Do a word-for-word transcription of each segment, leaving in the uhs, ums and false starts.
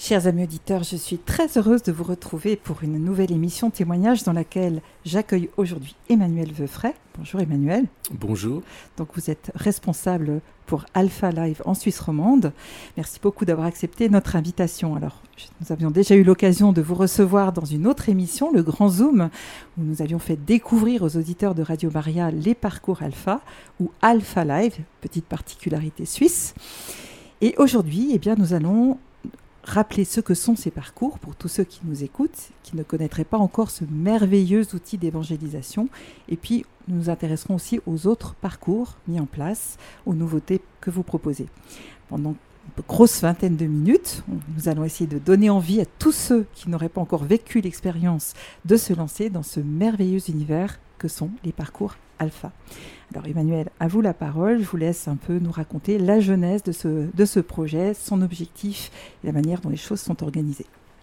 Chers amis auditeurs, je suis très heureuse de vous retrouver pour une nouvelle émission témoignage dans laquelle j'accueille aujourd'hui Emmanuel Veufray. Bonjour Emmanuel. Bonjour. Donc vous êtes responsable pour Alpha Live en Suisse romande. Merci beaucoup d'avoir accepté notre invitation. Alors, nous avions déjà eu l'occasion de vous recevoir dans une autre émission, le Grand Zoom, où nous avions fait découvrir aux auditeurs de Radio Maria les parcours Alpha, ou Alpha Live, petite particularité suisse. Et aujourd'hui, eh bien, nous allons rappeler ce que sont ces parcours pour tous ceux qui nous écoutent, qui ne connaîtraient pas encore ce merveilleux outil d'évangélisation. Et puis, nous nous intéresserons aussi aux autres parcours mis en place, aux nouveautés que vous proposez. Pendant une grosse vingtaine de minutes, nous allons essayer de donner envie à tous ceux qui n'auraient pas encore vécu l'expérience de se lancer dans ce merveilleux univers que sont les parcours Alpha. Alors Emmanuel, à vous la parole, je vous laisse un peu nous raconter la genèse de ce, de ce projet, son objectif et la manière dont les choses sont organisées.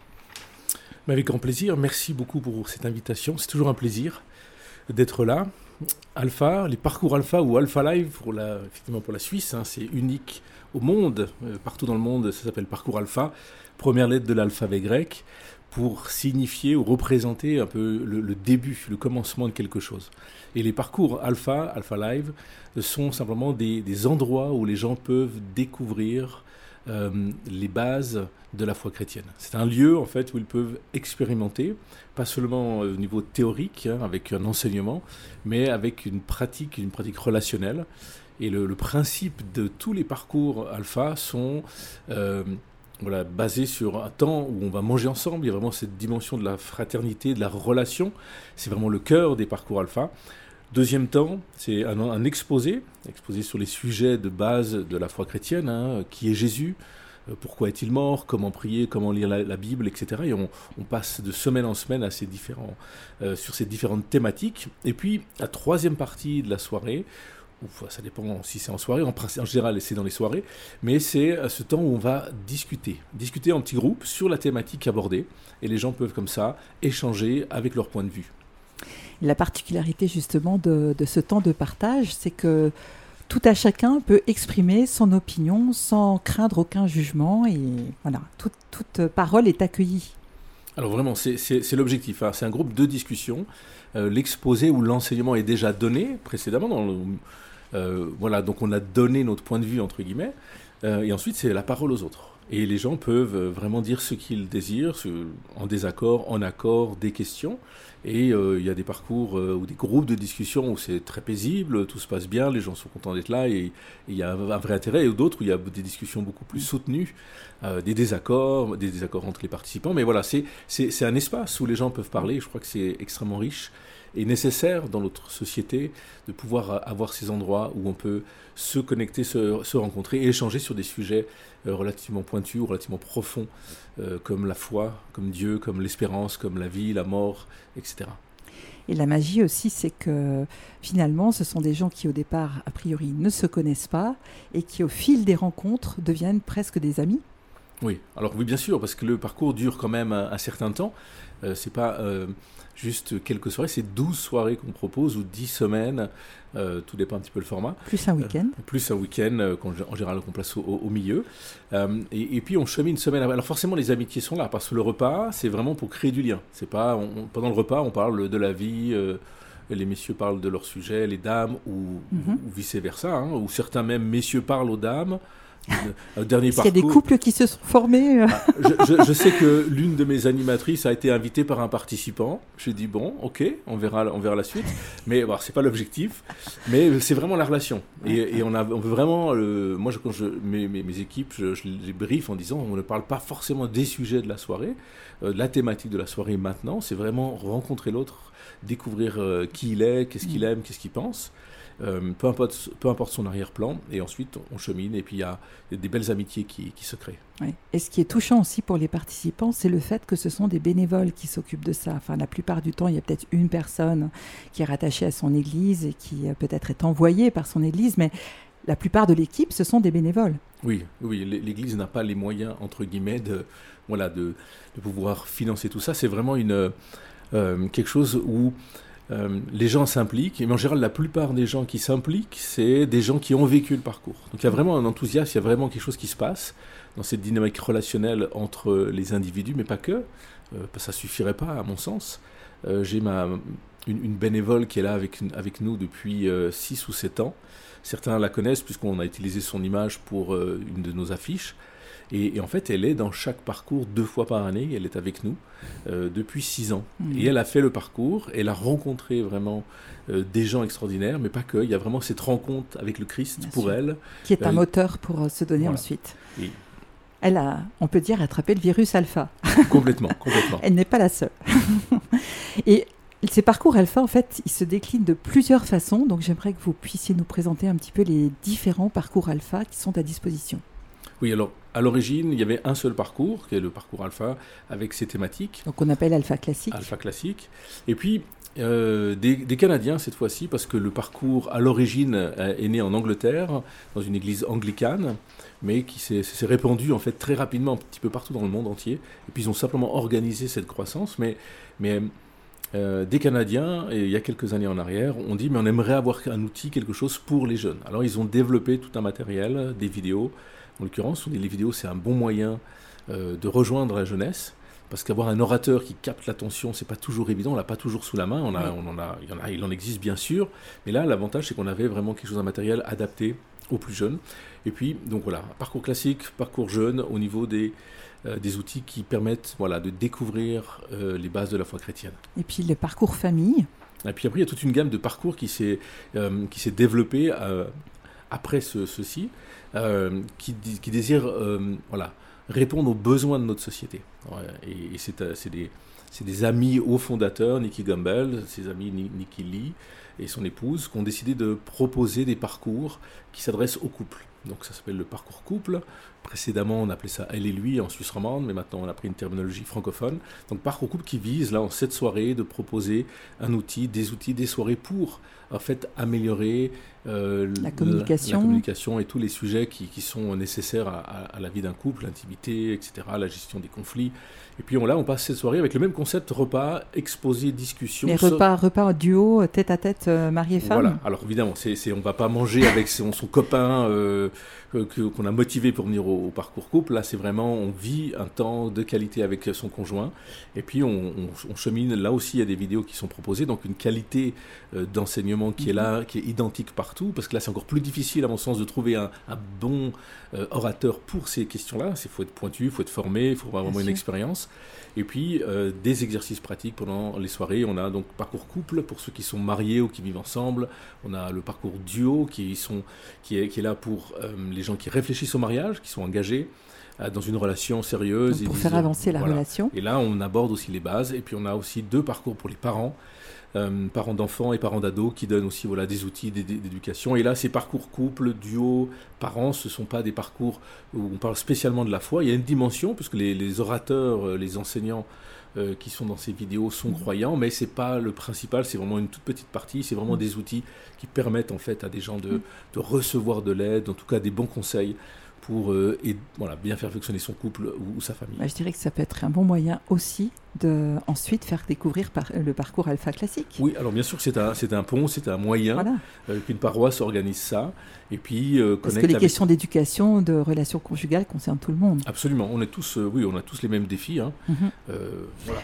Mais avec grand plaisir, merci beaucoup pour cette invitation, c'est toujours un plaisir d'être là. Alpha, les parcours Alpha ou Alpha Live, pour la, effectivement pour la Suisse, hein, c'est unique au monde, euh, partout dans le monde ça s'appelle parcours Alpha, première lettre de l'alphabet grec, pour signifier ou représenter un peu le, le début, le commencement de quelque chose. Et les parcours Alpha, Alpha Live, sont simplement des, des endroits où les gens peuvent découvrir euh, les bases de la foi chrétienne. C'est un lieu en fait où ils peuvent expérimenter, pas seulement au niveau théorique, hein, avec un enseignement, mais avec une pratique, une pratique relationnelle. Et le, le principe de tous les parcours Alpha sont euh, Voilà, basé sur un temps où on va manger ensemble. Il y a vraiment cette dimension de la fraternité, de la relation. C'est vraiment le cœur des parcours Alpha. Deuxième temps, c'est un, un exposé, exposé sur les sujets de base de la foi chrétienne. Hein, qui est Jésus ? Pourquoi est-il mort ? Comment prier ? Comment lire la, la Bible, et cetera. Et on, on passe de semaine en semaine à ces différents, euh, sur ces différentes thématiques. Et puis, la troisième partie de la soirée, ça dépend si c'est en soirée, en, en général c'est dans les soirées, mais c'est ce temps où on va discuter, discuter en petits groupes sur la thématique abordée, et les gens peuvent comme ça échanger avec leur point de vue. La particularité justement de, de ce temps de partage, c'est que tout à chacun peut exprimer son opinion sans craindre aucun jugement, et voilà, toute, toute parole est accueillie. Alors vraiment, c'est, c'est, c'est l'objectif, hein. C'est un groupe de discussion, euh, l'exposé ou l'enseignement est déjà donné précédemment dans le... Euh, voilà, donc on a donné notre point de vue, entre guillemets, euh, et ensuite c'est la parole aux autres. Et les gens peuvent vraiment dire ce qu'ils désirent, ce, en désaccord, en accord, des questions. Et euh, il y a des parcours euh, ou des groupes de discussion où c'est très paisible, tout se passe bien, les gens sont contents d'être là, et il y a un, un vrai intérêt. Et d'autres où il y a des discussions beaucoup plus soutenues, euh, des désaccords, des désaccords entre les participants. Mais voilà, c'est, c'est, c'est un espace où les gens peuvent parler. Je crois que c'est extrêmement riche et nécessaire dans notre société de pouvoir avoir ces endroits où on peut se connecter, se, se rencontrer et échanger sur des sujets euh, relativement pointus ou relativement profonds, euh, comme la foi, comme Dieu, comme l'espérance, comme la vie, la mort, et cetera. Et la magie aussi, c'est que finalement, ce sont des gens qui au départ, a priori, ne se connaissent pas et qui au fil des rencontres deviennent presque des amis. Oui, alors oui, bien sûr, parce que le parcours dure quand même un, un certain temps. Euh, c'est pas euh, juste quelques soirées, c'est douze soirées qu'on propose, ou dix semaines, euh, tout dépend un petit peu le format. Plus un week-end. Euh, plus un week-end, euh, en général qu'on place au, au milieu. Euh, et, et puis on chemine une semaine. Alors forcément, les amitiés sont là, parce que le repas, c'est vraiment pour créer du lien. C'est pas, on, pendant le repas, on parle de la vie, euh, les messieurs parlent de leur sujet, les dames, ou, mm-hmm. ou vice-versa, hein, ou certains même messieurs parlent aux dames. Le dernier Est-ce parcours. qu'il y a des couples qui se sont formés euh... ah, je, je, je sais que l'une de mes animatrices a été invitée par un participant. J'ai dit bon, ok, on verra, on verra la suite. Mais bon, c'est pas l'objectif. Mais c'est vraiment la relation. Et, et on, a, on veut vraiment. Euh, moi, je, quand je, mes, mes, mes équipes, je, je les briefe en disant on ne parle pas forcément des sujets de la soirée, euh, de la thématique de la soirée maintenant. C'est vraiment rencontrer l'autre, découvrir euh, qui il est, qu'est-ce qu'il aime, qu'est-ce qu'il pense. Euh, peu importe, peu importe son arrière-plan, et ensuite on chemine, et puis il y a, y a des belles amitiés qui, qui se créent. Oui. Et ce qui est touchant aussi pour les participants, c'est le fait que ce sont des bénévoles qui s'occupent de ça. Enfin, la plupart du temps, il y a peut-être une personne qui est rattachée à son église et qui euh, peut-être est envoyée par son église, mais la plupart de l'équipe, ce sont des bénévoles. Oui, oui, l'église n'a pas les moyens, entre guillemets, de, voilà, de, de pouvoir financer tout ça. C'est vraiment une, euh, quelque chose où Euh, les gens s'impliquent, mais en général la plupart des gens qui s'impliquent, c'est des gens qui ont vécu le parcours. Donc il y a vraiment un enthousiasme, il y a vraiment quelque chose qui se passe. dans cette dynamique relationnelle entre les individus, mais pas que. Euh, ça ne suffirait pas, à mon sens. Euh, j'ai ma, une, une bénévole qui est là avec, avec nous depuis six ou sept ans. Certains la connaissent puisqu'on a utilisé son image pour euh, une de nos affiches. Et, et en fait, elle est dans chaque parcours deux fois par année. Elle est avec nous euh, depuis six ans. Mmh. Et elle a fait le parcours. Elle a rencontré vraiment euh, des gens extraordinaires, mais pas que. Il y a vraiment cette rencontre avec le Christ Bien pour sûr. Elle. Qui est un euh, moteur pour euh, se donner voilà. ensuite. Et... Elle a, on peut dire, attrapé le virus alpha. Complètement, complètement. Elle n'est pas la seule. Et ces parcours alpha, en fait, ils se déclinent de plusieurs façons. Donc, j'aimerais que vous puissiez nous présenter un petit peu les différents parcours alpha qui sont à disposition. Oui, alors, à l'origine, il y avait un seul parcours, qui est le parcours alpha, avec ses thématiques. Donc, on appelle alpha classique. Alpha classique. Et puis, euh, des, des Canadiens, cette fois-ci, parce que le parcours, à l'origine, est né en Angleterre, dans une église anglicane, mais qui s'est, s'est répandu, en fait, très rapidement, un petit peu partout dans le monde entier. Et puis, ils ont simplement organisé cette croissance, mais... mais Euh, des Canadiens, et il y a quelques années en arrière, ont dit mais on aimerait avoir un outil, quelque chose pour les jeunes. Alors ils ont développé tout un matériel, des vidéos, en l'occurrence, les vidéos c'est un bon moyen euh, de rejoindre la jeunesse, parce qu'avoir un orateur qui capte l'attention, c'est pas toujours évident, on l'a pas toujours sous la main, on a, on en a, il, y en a, il en existe bien sûr, mais là l'avantage c'est qu'on avait vraiment quelque chose, un matériel adapté aux plus jeunes. Et puis donc voilà, parcours classique, parcours jeune, au niveau des Euh, des outils qui permettent voilà, de découvrir euh, les bases de la foi chrétienne. Et puis le parcours famille. Et puis après, il y a toute une gamme de parcours qui s'est, euh, qui s'est développée euh, après ce, ceci, euh, qui, qui désire euh, voilà, répondre aux besoins de notre société. Ouais, et et c'est, c'est, des, c'est des amis au fondateur, Nicky Gumbel, ses amis Nicky Lee et son épouse, qui ont décidé de proposer des parcours qui s'adressent aux couples. Donc ça s'appelle le parcours couple. Précédemment, on appelait ça elle et lui en Suisse romande, mais maintenant on a pris une terminologie francophone. Donc parcours couple qui vise là en cette soirée de proposer un outil, des outils, des soirées pour en fait améliorer euh, la, communication. La, la communication et tous les sujets qui, qui sont nécessaires à, à, à la vie d'un couple, l'intimité, et cetera, la gestion des conflits. Et puis on, là, on passe cette soirée avec le même concept, repas, exposé, discussion. Les repas, so... repas duo, tête à tête, euh, mari et femme. Voilà. Alors évidemment, c'est, c'est, on ne va pas manger avec son, son copain euh, que, qu'on a motivé pour venir au, au parcours couple. Là, c'est vraiment, on vit un temps de qualité avec son conjoint. Et puis on, on, on chemine. Là aussi, il y a des vidéos qui sont proposées, donc une qualité euh, d'enseignement qui est là, qui est identique partout, parce que là, c'est encore plus difficile, à mon sens, de trouver un, un bon euh, orateur pour ces questions-là. Il faut être pointu, il faut être formé, il faut avoir vraiment une expérience. Et puis, euh, des exercices pratiques pendant les soirées. On a donc parcours couple pour ceux qui sont mariés ou qui vivent ensemble. On a le parcours duo qui, sont, qui, est, qui est là pour euh, les gens qui réfléchissent au mariage, qui sont engagés euh, dans une relation sérieuse. Donc pour et faire disent, avancer la voilà. relation. Et là, on aborde aussi les bases. Et puis, on a aussi deux parcours pour les parents. Euh, parents d'enfants et parents d'ados qui donnent aussi voilà, des outils d'éducation. Et là, ces parcours couple, duo, parents, ce ne sont pas des parcours où on parle spécialement de la foi. Il y a une dimension, puisque les, les orateurs, les enseignants euh, qui sont dans ces vidéos sont mmh. croyants, mais ce n'est pas le principal, c'est vraiment une toute petite partie. C'est vraiment mmh. des outils qui permettent en fait à des gens de, mmh. de recevoir de l'aide, en tout cas des bons conseils pour euh, et, voilà, bien faire fonctionner son couple ou, ou sa famille. Bah, je dirais que ça peut être un bon moyen aussi de ensuite faire découvrir par, le parcours alpha classique. Oui, alors bien sûr que c'est un, c'est un pont, c'est un moyen, voilà. euh, qu'une paroisse organise ça, et puis euh, parce que les avec... questions d'éducation, de relations conjugales concernent tout le monde. Absolument, on est tous, euh, oui, on a tous les mêmes défis, hein. Mm-hmm. euh, voilà.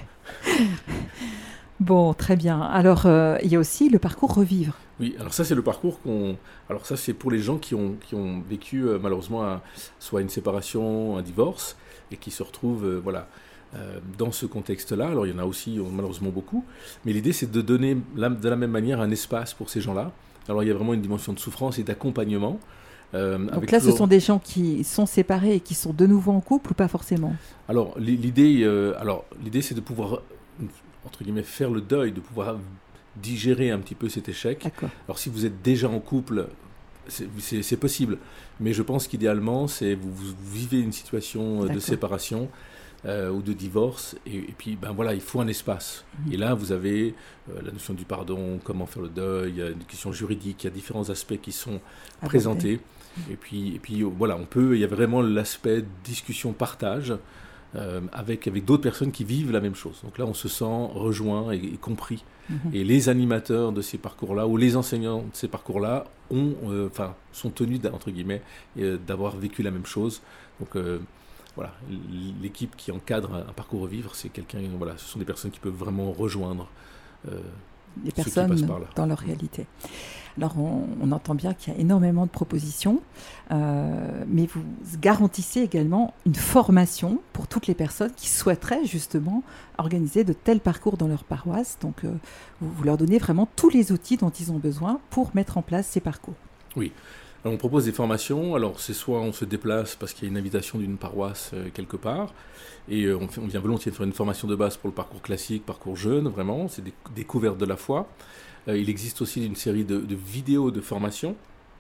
Bon, très bien. Alors, euh, il y a aussi le parcours Revivre. Oui, alors ça, c'est le parcours qu'on... Alors ça, c'est pour les gens qui ont, qui ont vécu, euh, malheureusement, un, soit une séparation, un divorce, et qui se retrouvent, euh, voilà, euh, dans ce contexte-là. Alors, il y en a aussi, malheureusement, beaucoup. Mais l'idée, c'est de donner, la, de la même manière, un espace pour ces gens-là. Alors, il y a vraiment une dimension de souffrance et d'accompagnement. Euh, Donc là, toujours... ce sont des gens qui sont séparés et qui sont de nouveau en couple ou pas forcément ? Alors, l'idée, euh, alors, l'idée, c'est de pouvoir... entre guillemets, faire le deuil, de pouvoir digérer un petit peu cet échec. D'accord. Alors si vous êtes déjà en couple, c'est, c'est, c'est possible, mais je pense qu'idéalement, c'est vous, vous vivez une situation D'accord. de séparation euh, ou de divorce, et, et puis ben voilà, il faut un espace. Mmh. Et là, vous avez euh, la notion du pardon, comment faire le deuil, il y a une question juridique, il y a différents aspects qui sont Abordé. présentés. Mmh. Et puis, et puis voilà, on peut, il y a vraiment l'aspect discussion, partage. Euh, avec, avec d'autres personnes qui vivent la même chose. Donc là, on se sent rejoint et, et compris. Mmh. Et les animateurs de ces parcours-là, ou les enseignants de ces parcours-là, ont, euh, sont tenus, entre guillemets, euh, d'avoir vécu la même chose. Donc, euh, voilà, l'équipe qui encadre un, un parcours Revivre, c'est quelqu'un, voilà, ce sont des personnes qui peuvent vraiment rejoindre euh, les personnes dans leur réalité. Alors, on, on entend bien qu'il y a énormément de propositions, euh, mais vous garantissez également une formation pour toutes les personnes qui souhaiteraient justement organiser de tels parcours dans leur paroisse. Donc, euh, vous, vous leur donnez vraiment tous les outils dont ils ont besoin pour mettre en place ces parcours. Oui. Alors, on propose des formations. Alors, c'est soit on se déplace parce qu'il y a une invitation d'une paroisse euh, quelque part, et euh, on, fait, on vient volontiers faire une formation de base pour le parcours classique, parcours jeune, vraiment, c'est des découvertes de la foi. Euh, il existe aussi une série de, de vidéos de formation.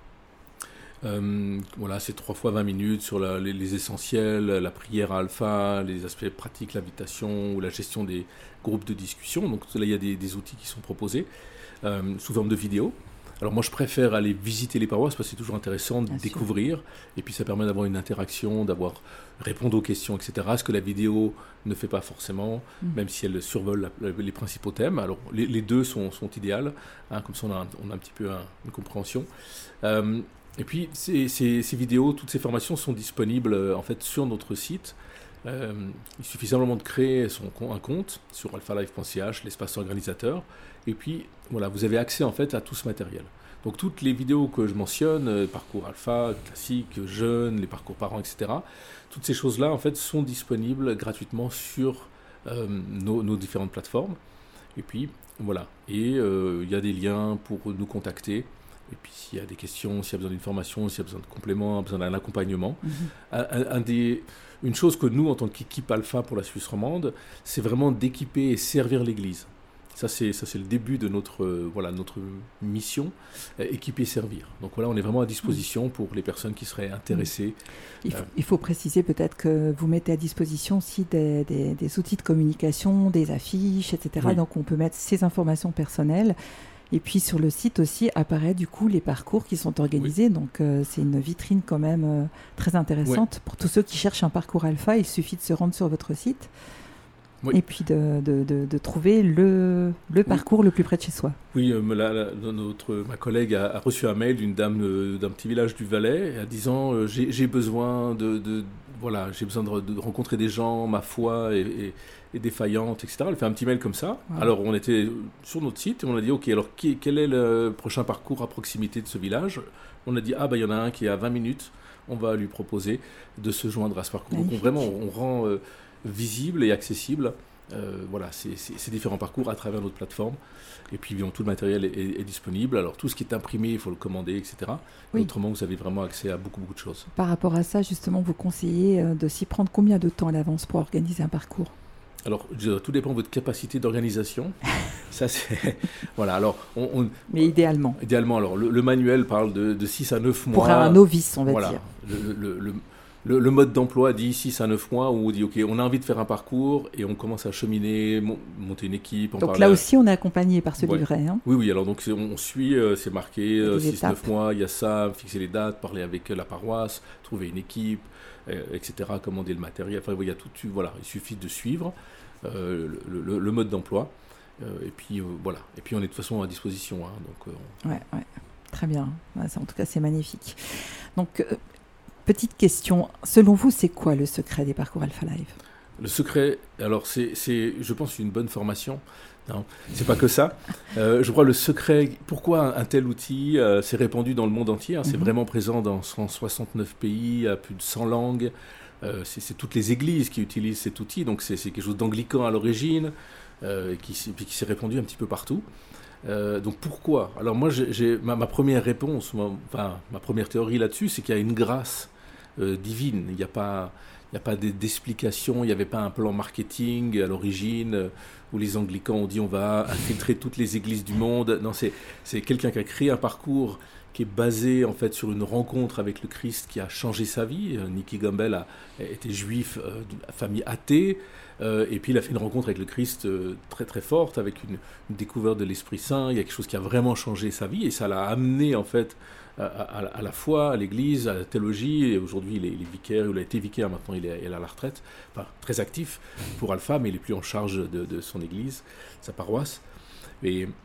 Euh, voilà, c'est trois fois vingt minutes sur la, les, les essentiels, la prière à Alpha, les aspects pratiques, l'invitation ou la gestion des groupes de discussion. Donc là, il y a des, des outils qui sont proposés euh, sous forme de vidéos. Alors moi, je préfère aller visiter les paroisses parce que c'est toujours intéressant de Bien découvrir. Sûr. Et puis, ça permet d'avoir une interaction, d'avoir répondre aux questions, et cetera. Ce que la vidéo ne fait pas forcément, mmh. même si elle survole la, les principaux thèmes. Alors, les, les deux sont, sont idéales. Hein, comme ça, on a un, on a un petit peu un, une compréhension. Euh, et puis, ces, ces, ces vidéos, toutes ces formations sont disponibles euh, en fait sur notre site. Euh, il suffit simplement de créer son, un compte sur alphalive point c h, l'espace organisateur. Et puis, voilà, vous avez accès en fait à tout ce matériel. Donc toutes les vidéos que je mentionne, euh, parcours alpha, classique, jeune, les parcours parents, et cetera, toutes ces choses-là en fait sont disponibles gratuitement sur euh, nos, nos différentes plateformes. Et puis voilà, et euh, il y a des liens pour nous contacter. Et puis s'il y a des questions, s'il y a besoin d'une formation, s'il y a besoin de compléments, besoin d'un accompagnement. Mm-hmm. un, un des, une chose que nous, en tant qu'équipe alpha pour la Suisse romande, c'est vraiment d'équiper et servir l'Église. Ça c'est, ça, c'est le début de notre, euh, voilà, notre mission, euh, équiper et servir. Donc voilà, on est vraiment à disposition pour les personnes qui seraient intéressées. Il faut, euh, il faut préciser peut-être que vous mettez à disposition aussi des, des, des outils de communication, des affiches, et cetera. Oui. Donc on peut mettre ces informations personnelles. Et puis sur le site aussi apparaît du coup les parcours qui sont organisés. Oui. Donc euh, c'est une vitrine quand même euh, très intéressante. Oui. Pour tous ceux qui cherchent un parcours alpha, il suffit de se rendre sur votre site. Oui. Et puis de, de, de, de trouver le, le parcours oui. le plus près de chez soi. Oui, euh, la, la, notre, ma collègue a, a reçu un mail d'une dame euh, d'un petit village du Valais en disant euh, j'ai, j'ai besoin de, de voilà, j'ai besoin de, de rencontrer des gens, ma foi est, est, est défaillante, et cetera. Elle fait un petit mail comme ça. Wow. Alors on était sur notre site et on a dit ok, alors qui, quel est le prochain parcours à proximité de ce village? On a dit ah ben il y en a un qui est à vingt minutes. On va lui proposer de se joindre à ce parcours. Magnifique. Donc on, vraiment on, on rend euh, visible et accessible euh, voilà, ces, ces, ces différents parcours à travers notre plateforme. Et puis bien, tout le matériel est, est, est disponible. Alors tout ce qui est imprimé, il faut le commander, et cetera. Oui. Autrement, vous avez vraiment accès à beaucoup, beaucoup de choses. Par rapport à ça, justement, vous conseillez de s'y prendre combien de temps à l'avance pour organiser un parcours? Alors, je, tout dépend de votre capacité d'organisation. Ça, c'est... Voilà, alors... On, on, Mais idéalement. Idéalement, alors, le, le manuel parle de, de six à neuf mois. Pour un novice, on va voilà, dire. Le, le, le, le, le mode d'emploi dit six à neuf mois, où on dit, OK, on a envie de faire un parcours, et on commence à cheminer, mon, monter une équipe. Donc là à... aussi, on est accompagné par ce ouais. livret. Hein. Oui, oui, alors donc c'est, on suit, euh, c'est marqué euh, six à neuf mois, il y a ça, fixer les dates, parler avec la paroisse, trouver une équipe, euh, et cetera, commander le matériel. Enfin, il y a tout, voilà, il suffit de suivre. Euh, le, le, le mode d'emploi euh, et puis euh, voilà et puis on est de toute façon à disposition hein, donc euh, on... ouais, ouais, très bien ouais, en tout cas c'est magnifique. Donc euh, petite question, selon vous c'est quoi le secret des parcours AlphaLive? Le secret, alors c'est, c'est je pense une bonne formation. Non, c'est pas que ça. Euh, je crois le secret, pourquoi un, un tel outil euh, s'est répandu dans le monde entier hein, mm-hmm. C'est vraiment présent dans cent soixante-neuf pays, à plus de cent langues. Euh, c'est, c'est toutes les églises qui utilisent cet outil, donc c'est, c'est quelque chose d'anglican à l'origine, euh, qui, puis qui s'est répandu un petit peu partout. Euh, donc pourquoi? Alors moi, j'ai, j'ai, ma, ma première réponse, ma, enfin, ma première théorie là-dessus, c'est qu'il y a une grâce euh, divine. Il n'y a pas, il n'y a pas d'explication, il n'y avait pas un plan marketing à l'origine, euh, où les anglicans ont dit on va infiltrer toutes les églises du monde. Non, c'est, c'est quelqu'un qui a créé un parcours qui est basé en fait sur une rencontre avec le Christ qui a changé sa vie. Nicky Gumbel a été juif euh, d'une famille athée, euh, et puis il a fait une rencontre avec le Christ euh, très très forte, avec une, une découverte de l'Esprit Saint. Il y a quelque chose qui a vraiment changé sa vie, et ça l'a amené en fait à, à, à la foi, à l'Église, à la théologie. Et aujourd'hui, il est, il est vicaire, il a été vicaire, maintenant il est, il est à la retraite, enfin très actif pour Alpha, mais il est plus en charge de, de son Église, sa paroisse. Et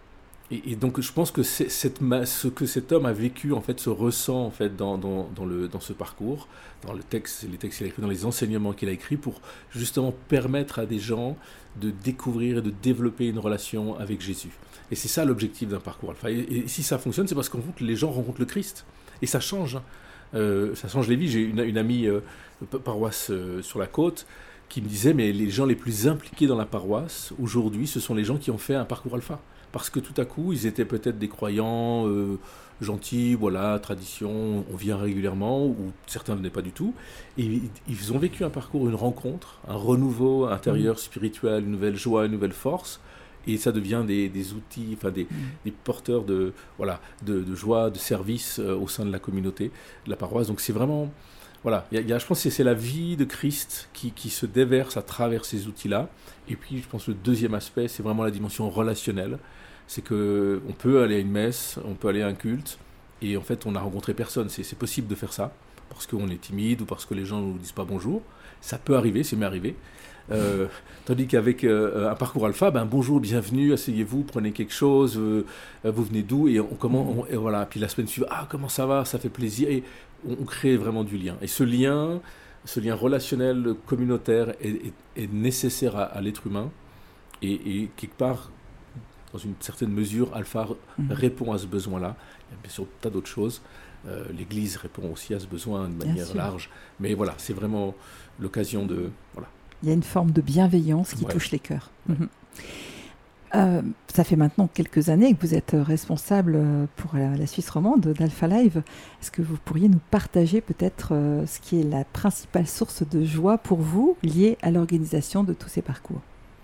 et, et donc je pense que c'est, cette, ce que cet homme a vécu en fait se ressent en fait dans, dans, dans, le, dans ce parcours, dans le texte, les textes qu'il a écrits, dans les enseignements qu'il a écrits, pour justement permettre à des gens de découvrir et de développer une relation avec Jésus. Et c'est ça l'objectif d'un parcours alpha. Et, et si ça fonctionne, c'est parce qu'en fait les gens rencontrent le Christ et ça change. Euh, ça change les vies. J'ai une, une amie euh, paroisse euh, sur la côte qui me disait mais les gens les plus impliqués dans la paroisse aujourd'hui, ce sont les gens qui ont fait un parcours alpha. Parce que tout à coup, ils étaient peut-être des croyants euh, gentils, voilà, tradition, on vient régulièrement, ou certains ne venaient pas du tout. Et ils ont vécu un parcours, une rencontre, un renouveau intérieur, spirituel, une nouvelle joie, une nouvelle force. Et ça devient des, des outils, enfin des, des porteurs de, voilà, de, de joie, de service euh, au sein de la communauté, de la paroisse. Donc c'est vraiment... Voilà, y a, y a, je pense que c'est la vie de Christ qui, qui se déverse à travers ces outils-là. Et puis, je pense que le deuxième aspect, c'est vraiment la dimension relationnelle. C'est qu'on peut aller à une messe, on peut aller à un culte, et en fait, on n'a rencontré personne. C'est, c'est possible de faire ça, parce qu'on est timide ou parce que les gens ne nous disent pas bonjour. Ça peut arriver, c'est m'est arrivé. Euh, tandis qu'avec euh, un parcours alpha, ben, bonjour, bienvenue, asseyez-vous, prenez quelque chose, euh, vous venez d'où, et on comment, on, et voilà. Puis la semaine suivante, ah, comment ça va, ça fait plaisir. Et on, on crée vraiment du lien. Et ce lien, ce lien relationnel, communautaire, est, est, est nécessaire à, à l'être humain. Et, et quelque part, dans une certaine mesure, Alpha mmh. répond à ce besoin-là. Il y a bien sûr tas d'autres choses. Euh, L'Église répond aussi à ce besoin de manière large. Mais voilà, c'est vraiment l'occasion de... Voilà. Il y a une forme de bienveillance qui ouais. touche les cœurs. Ouais. Mmh. Euh, ça fait maintenant quelques années que vous êtes responsable pour la, la Suisse romande d'Alpha Live. Est-ce que vous pourriez nous partager peut-être euh, ce qui est la principale source de joie pour vous liée à l'organisation de tous ces parcours ?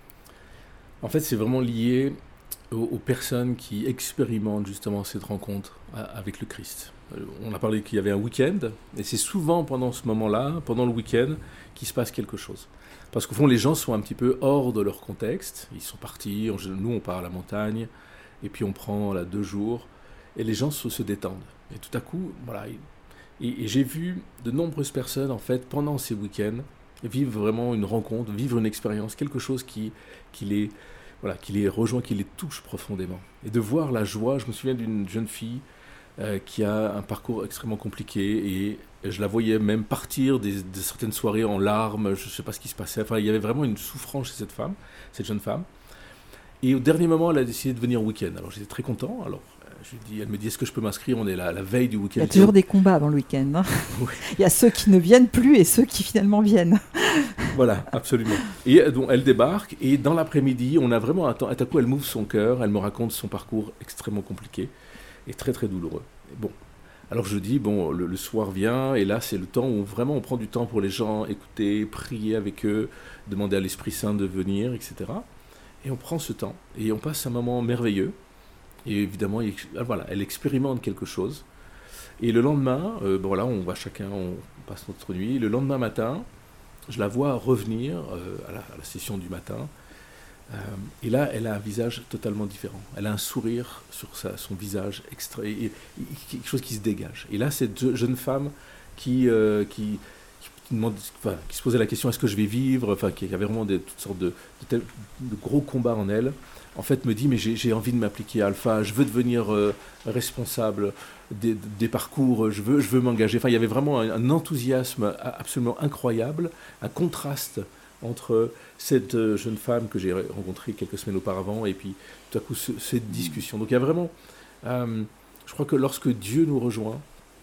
En fait, c'est vraiment lié aux, aux personnes qui expérimentent justement cette rencontre avec le Christ. On a parlé qu'il y avait un week-end, et c'est souvent pendant ce moment-là, pendant le week-end, qu'il se passe quelque chose. Parce qu'au fond, les gens sont un petit peu hors de leur contexte. Ils sont partis, nous on part à la montagne, et puis on prend là, deux jours, et les gens se, se détendent. Et tout à coup, voilà. Et, et j'ai vu de nombreuses personnes, en fait, pendant ces week-ends, vivre vraiment une rencontre, vivre une expérience, quelque chose qui, qui, les, voilà, qui les rejoint, qui les touche profondément. Et de voir la joie, je me souviens d'une jeune fille euh, qui a un parcours extrêmement compliqué, et je la voyais même partir des, de certaines soirées en larmes, je ne sais pas ce qui se passait. Enfin, il y avait vraiment une souffrance chez cette femme, cette jeune femme. Et au dernier moment, elle a décidé de venir au week-end. Alors j'étais très content. Alors je lui dis, elle me dit, est-ce que je peux m'inscrire ? On est là, la veille du week-end. Il y a toujours des combats avant le week-end. Hein. Oui. Il y a ceux qui ne viennent plus et ceux qui finalement viennent. Voilà, absolument. Et donc elle débarque, et dans l'après-midi, on a vraiment un temps. À coup, elle m'ouvre son cœur, elle me raconte son parcours extrêmement compliqué et très très douloureux. Et bon. Alors je dis, bon, le, le soir vient, et là c'est le temps où vraiment on prend du temps pour les gens, écouter, prier avec eux, demander à l'Esprit Saint de venir, et cetera. Et on prend ce temps, et on passe un moment merveilleux, et évidemment, il, voilà, elle expérimente quelque chose. Et le lendemain, euh, bon, voilà, on va chacun, on passe notre nuit, le lendemain matin, je la vois revenir euh, à, la, à la session du matin, Euh, et là, elle a un visage totalement différent. Elle a un sourire sur sa, son visage, extra, et, et, et quelque chose qui se dégage. Et là, cette jeune femme qui, euh, qui, qui, demande, enfin, qui se posait la question, est-ce que je vais vivre, enfin, qui avait vraiment des, toutes sortes de, de, tel, de gros combats en elle, en fait, me dit, mais j'ai, j'ai envie de m'appliquer à Alpha, je veux devenir euh, responsable des, des parcours, je veux, je veux m'engager. Enfin, il y avait vraiment un, un enthousiasme absolument incroyable, un contraste entre cette jeune femme que j'ai rencontrée quelques semaines auparavant et puis tout à coup ce, cette discussion. Donc il y a vraiment, euh, je crois que lorsque Dieu nous rejoint,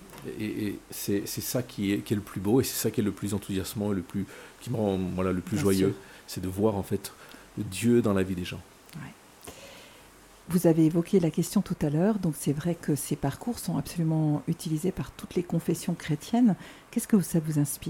et, et c'est, c'est ça qui est, qui est le plus beau, et c'est ça qui est le plus enthousiasmant et le plus, qui me rend voilà, le plus Bien joyeux, sûr. C'est de voir en fait Dieu dans la vie des gens. Ouais. Vous avez évoqué la question tout à l'heure, donc c'est vrai que ces parcours sont absolument utilisés par toutes les confessions chrétiennes. Qu'est-ce que ça vous inspire ?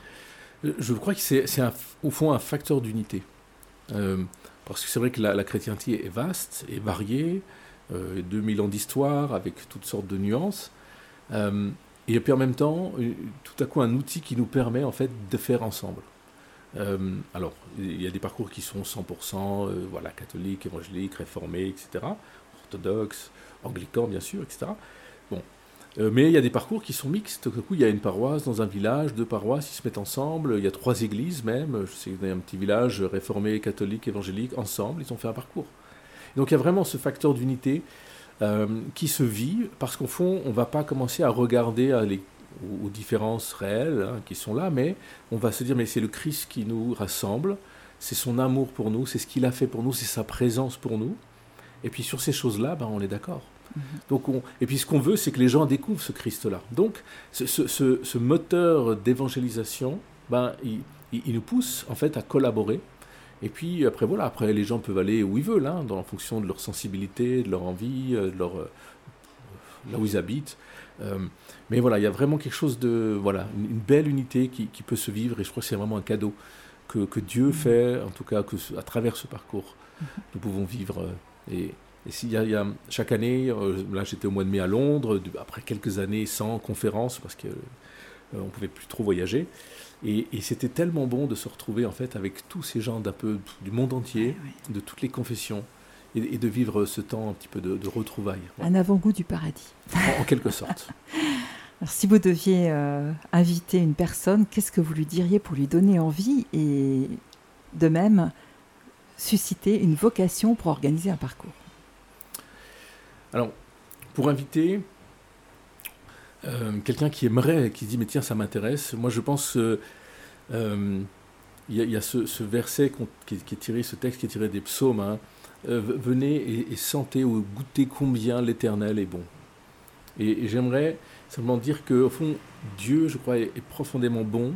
Je crois que c'est, c'est un, au fond un facteur d'unité. Euh, parce que c'est vrai que la, la chrétienté est vaste et variée, euh, deux mille ans d'histoire avec toutes sortes de nuances. Euh, et puis en même temps, tout à coup, un outil qui nous permet en fait de faire ensemble. Euh, alors, il y a des parcours qui sont cent pour cent euh, voilà, catholiques, évangéliques, réformés, et cetera, orthodoxes, anglicans bien sûr, et cetera. Bon. Euh, mais il y a des parcours qui sont mixtes. Tout à coup, il y a une paroisse dans un village, deux paroisses, ils se mettent ensemble. Il y a trois églises même. Je sais qu'il y a un petit village réformé, catholique, évangélique, ensemble, ils ont fait un parcours. Donc il y a vraiment ce facteur d'unité euh, qui se vit, parce qu'au fond, on ne va pas commencer à regarder à les, aux, aux différences réelles hein, qui sont là, mais on va se dire, mais c'est le Christ qui nous rassemble, c'est son amour pour nous, c'est ce qu'il a fait pour nous, c'est sa présence pour nous. Et puis sur ces choses-là, ben, on est d'accord. Mmh. Donc on, et puis ce qu'on veut, c'est que les gens découvrent ce Christ-là. Donc ce, ce, ce, ce moteur d'évangélisation, ben, il, il, il nous pousse en fait à collaborer. Et puis après, voilà, après les gens peuvent aller où ils veulent, hein, dans, en fonction de leur sensibilité, de leur envie, de leur, euh, là où ils habitent. Euh, mais voilà, il y a vraiment quelque chose de... Voilà, une, une belle unité qui, qui peut se vivre, et je crois que c'est vraiment un cadeau que, que Dieu mmh. fait, en tout cas que, à travers ce parcours, mmh. nous pouvons vivre. Euh, et et s'il y a, il y a, chaque année, euh, là j'étais au mois de mai à Londres, de, après quelques années sans conférence, parce qu'on euh, ne pouvait plus trop voyager. Et, et c'était tellement bon de se retrouver en fait avec tous ces gens d'un peu du monde entier, oui, oui. de toutes les confessions, et, et de vivre ce temps un petit peu de, de retrouvailles. Ouais. Un avant-goût du paradis. En, en quelque sorte. Alors, si vous deviez euh, inviter une personne, qu'est-ce que vous lui diriez pour lui donner envie et de même susciter une vocation pour organiser un parcours? Alors, pour inviter euh, quelqu'un qui aimerait, qui dit « mais tiens, ça m'intéresse », moi je pense qu'il euh, y, y a ce, ce verset qui est, qui est tiré, ce texte qui est tiré des psaumes, hein, euh, « Venez et, et sentez ou goûtez combien l'Éternel est bon ». Et, et j'aimerais simplement dire qu'au fond, Dieu, je crois, est, est profondément bon,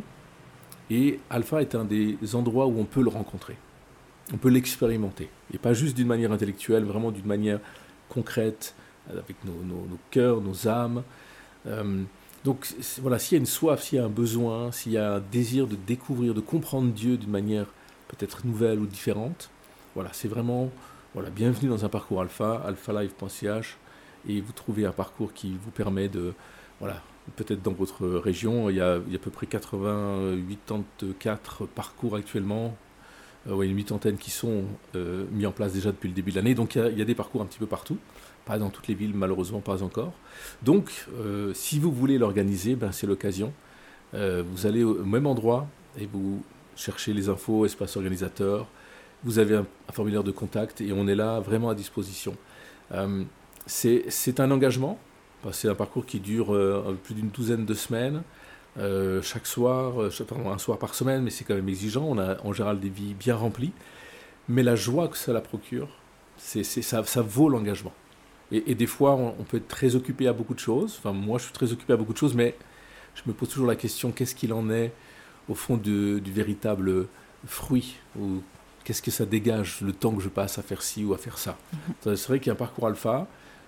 et Alpha est un des endroits où on peut le rencontrer, on peut l'expérimenter, et pas juste d'une manière intellectuelle, vraiment d'une manière concrète, avec nos, nos, nos cœurs, nos âmes. Euh, donc voilà, s'il y a une soif, s'il y a un besoin, s'il y a un désir de découvrir, de comprendre Dieu d'une manière peut-être nouvelle ou différente, voilà, c'est vraiment, voilà, bienvenue dans un parcours Alpha, alphalive point c h, et vous trouvez un parcours qui vous permet de, voilà, peut-être dans votre région, il y a, il y a à peu près quatre-vingt-huit, quatre parcours actuellement, Euh, ouais, une huitantaine qui sont euh, mis en place déjà depuis le début de l'année. Donc il y, y a des parcours un petit peu partout, pas dans toutes les villes, malheureusement pas encore. Donc euh, si vous voulez l'organiser, ben, c'est l'occasion. Euh, vous allez au même endroit et vous cherchez les infos, espace organisateur, vous avez un, un formulaire de contact et on est là vraiment à disposition. Euh, c'est, c'est un engagement, c'est un parcours qui dure euh, plus d'une douzaine de semaines. Euh, chaque soir, euh, pardon, un soir par semaine, mais c'est quand même exigeant. On a en général des vies bien remplies, mais la joie que ça la procure, c'est, c'est, ça, ça vaut l'engagement. Et, et des fois, on, on peut être très occupé à beaucoup de choses. Enfin, moi, je suis très occupé à beaucoup de choses, mais je me pose toujours la question, qu'est-ce qu'il en est au fond de, du véritable fruit, ou qu'est-ce que ça dégage, le temps que je passe à faire ci ou à faire ça. Mm-hmm. C'est vrai qu'il y a un parcours Alpha.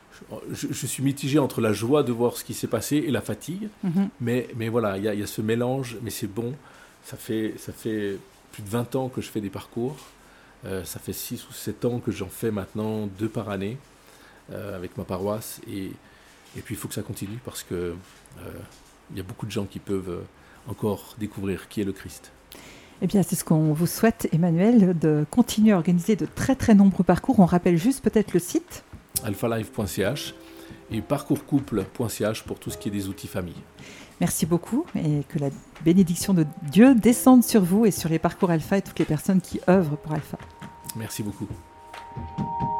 Je, je suis mitigé entre la joie de voir ce qui s'est passé et la fatigue, mm-hmm. mais, mais voilà, il y, y a ce mélange, mais c'est bon. Ça fait, ça fait plus de vingt ans que je fais des parcours, euh, ça fait six ou sept ans que j'en fais maintenant deux par année euh, avec ma paroisse, et, et puis il faut que ça continue parce qu'il euh, y a beaucoup de gens qui peuvent encore découvrir qui est le Christ. Eh bien, c'est ce qu'on vous souhaite, Emmanuel, de continuer à organiser de très très nombreux parcours. On rappelle juste peut-être le site alphalive point c h et parcourscouple point c h pour tout ce qui est des outils famille. Merci beaucoup et que la bénédiction de Dieu descende sur vous et sur les parcours Alpha et toutes les personnes qui œuvrent pour Alpha. Merci beaucoup.